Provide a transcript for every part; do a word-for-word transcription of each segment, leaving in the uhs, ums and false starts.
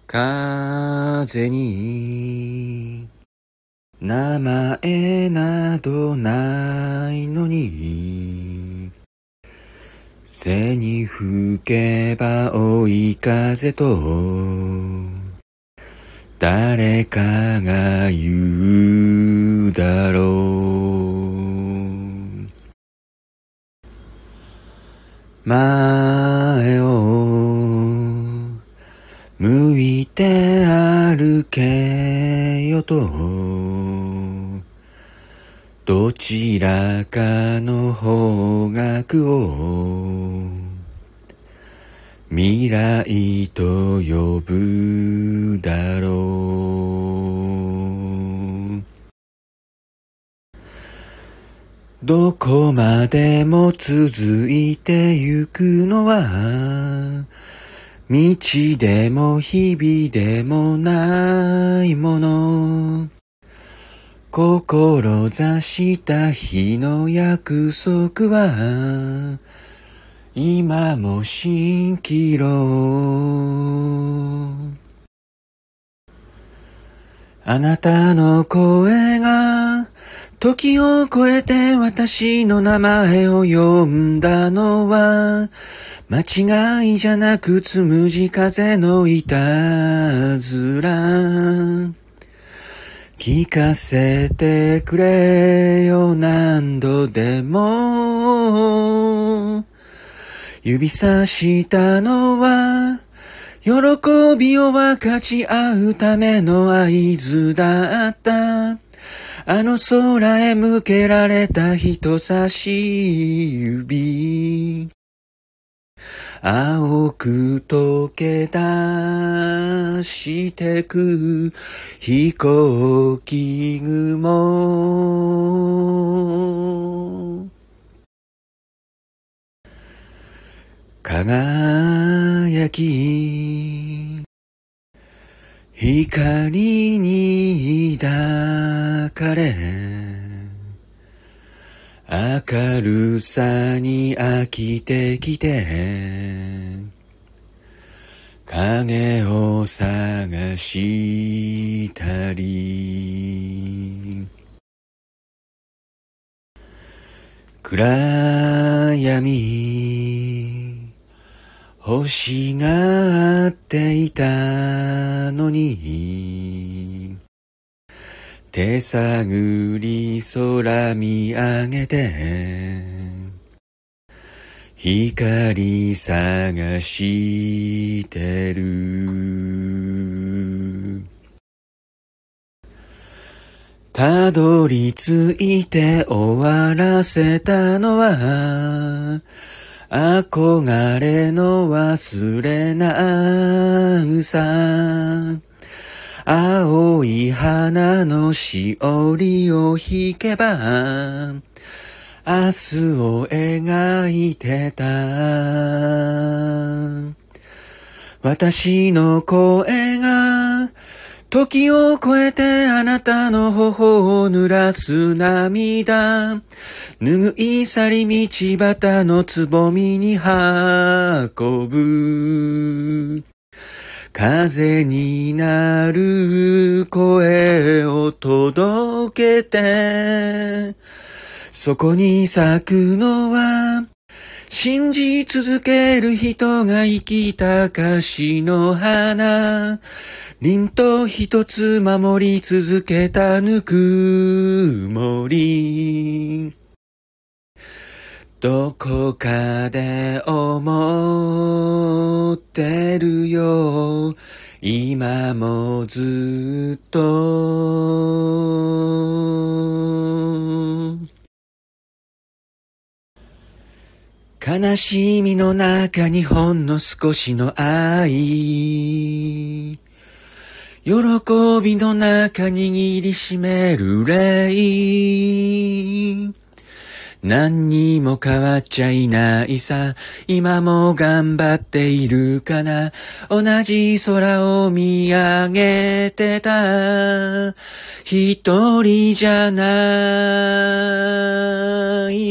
風に名前などないのに、背に吹けば追い風と誰かが言うだろう。前を向いて歩けよと、どちらかの方角を未来と呼ぶだろう。どこまでも続いてゆくのは道でも日々でもないもの。志した日の約束は今も蜃気楼。あなたの声が時を超えて私の名前を呼んだのは間違いじゃなくつむじ風のいたずら。聞かせてくれよ何度でも。指さしたのは喜びを分かち合うための合図だった。あの空へ向けられた人差し指。青く溶け出してく飛行機雲。輝き光に抱かれ明るさに飽きてきて影を探したり、暗闇星があっていたのに、手探り空見上げて光探してる。たどり着いて終わらせたのは憧れの忘れなさ。青い花のしおりを引けば明日を描いてた。私の声が時を超えてあなたの頬を濡らす涙。拭い去り道端のつぼみに運ぶ。風になる声を届けて、そこに咲くのは信じ続ける人が生きた証の花。凛と一つ守り続けたぬくもり。どこかで思ってるよ今もずっと。悲しみの中にほんの少しの愛、喜びの中握りしめる霊。何にも変わっちゃいないさ、今も頑張っているかな。同じ空を見上げてた。一人じゃない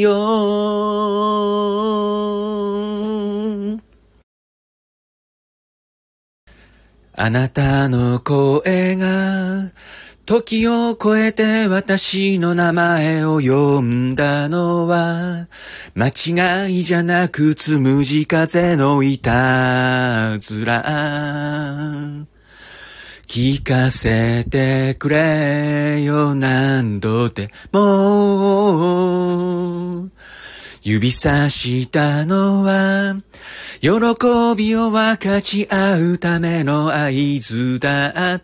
よ。 あなたの声が時を超えて私の名前を呼んだのは間違いじゃなくつむじ風のいたずら。聞かせてくれよ何度でも。指さしたのは喜びを分かち合うための合図だった。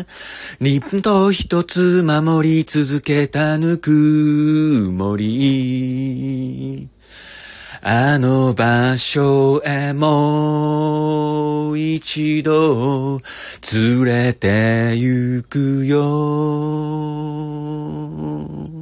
リップと一つ守り続けたぬくもり。あの場所へもう一度連れて行くよ。